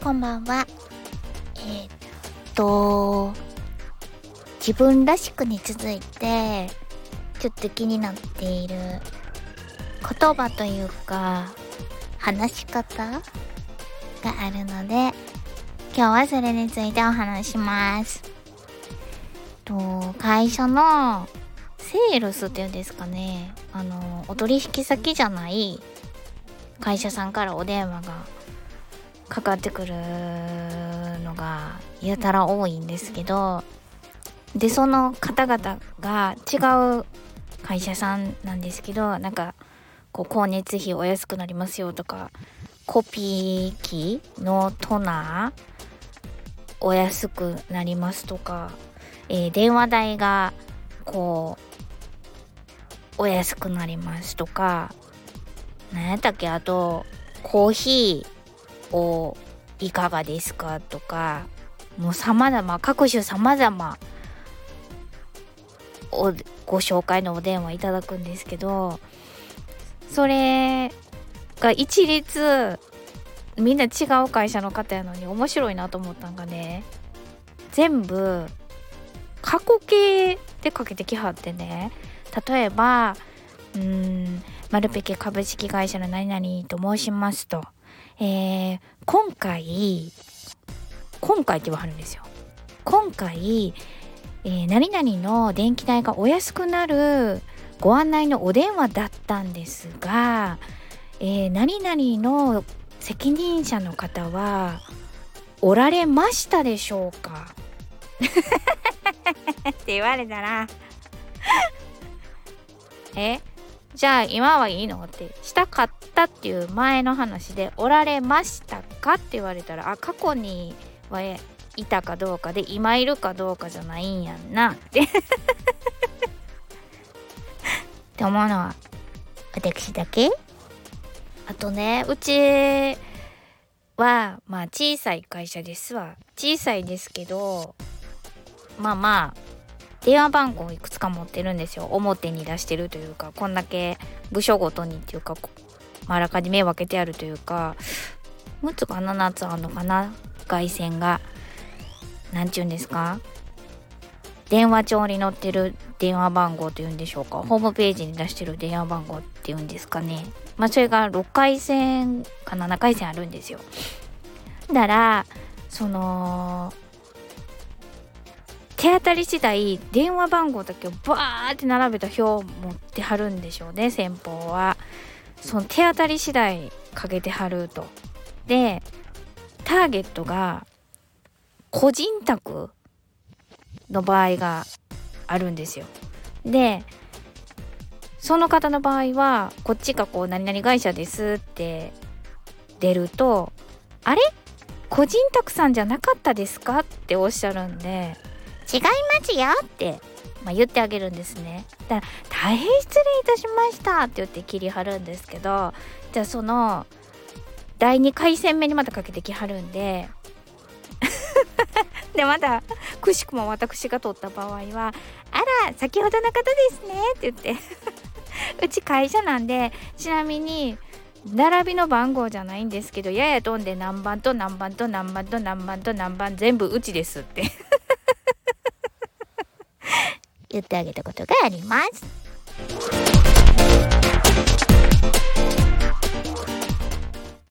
こんばんは。自分らしくに続いてちょっと気になっている言葉というか話し方があるので、今日はそれについてお話します。会社のセールスっていうんですかね、お取引先じゃない会社さんからお電話がかかってくるのがやたら多いんですけど、でその方々が違う会社さんなんですけど、なんか光熱費お安くなりますよとか、コピー機のトナーお安くなりますとか、電話代がお安くなりますとか、何やったっけ、あとコーヒーをいかがですかとか、もう各種様々ご紹介のお電話いただくんですけど、それが一律みんな違う会社の方やのに面白いなと思ったんがね、全部過去形でかけてきはってね、例えばマルペケ株式会社の何々と申しますと、今回って言わはるんですよ。今回、何々の電気代がお安くなるご案内のお電話だったんですが、何々の責任者の方はおられましたでしょうかって言われたらじゃあ今はいいのってしたかったっていう前の話で、おられましたかって言われたら、過去にはいたかどうかで今いるかどうかじゃないんやんなってって思うのは私だけ。あとね、うちは小さい会社ですわ。小さいですけど、電話番号いくつか持ってるんですよ。表に出してるというか、こんだけ部署ごとにっていうか、あらかじめ分けてあるというか、6つか7つあるのかな、外線が。なんちゅうんですか、電話帳に載ってる電話番号というんでしょうか、ホームページに出してる電話番号っていうんですかね。それが6回線か7回線あるんですよ。だから手当たり次第電話番号だけをバーって並べた表を持ってはるんでしょうね、先方は。その手当たり次第かけてはると。でターゲットが個人宅の場合があるんですよ。でその方の場合はこっちが何々会社ですって出ると、あれ個人宅さんじゃなかったですかっておっしゃるんで、違いますよって、言ってあげるんですね。だから大変失礼いたしましたって言って切り張るんですけど、じゃあその第2回線目にまたかけてきはるんででまたくしくも私が取った場合は、あら先ほどの方ですねって言ってうち会社なんで、ちなみに並びの番号じゃないんですけど、やや飛んで何番と何番と何番と何番と何番全部うちですって言ってあげたことがあります。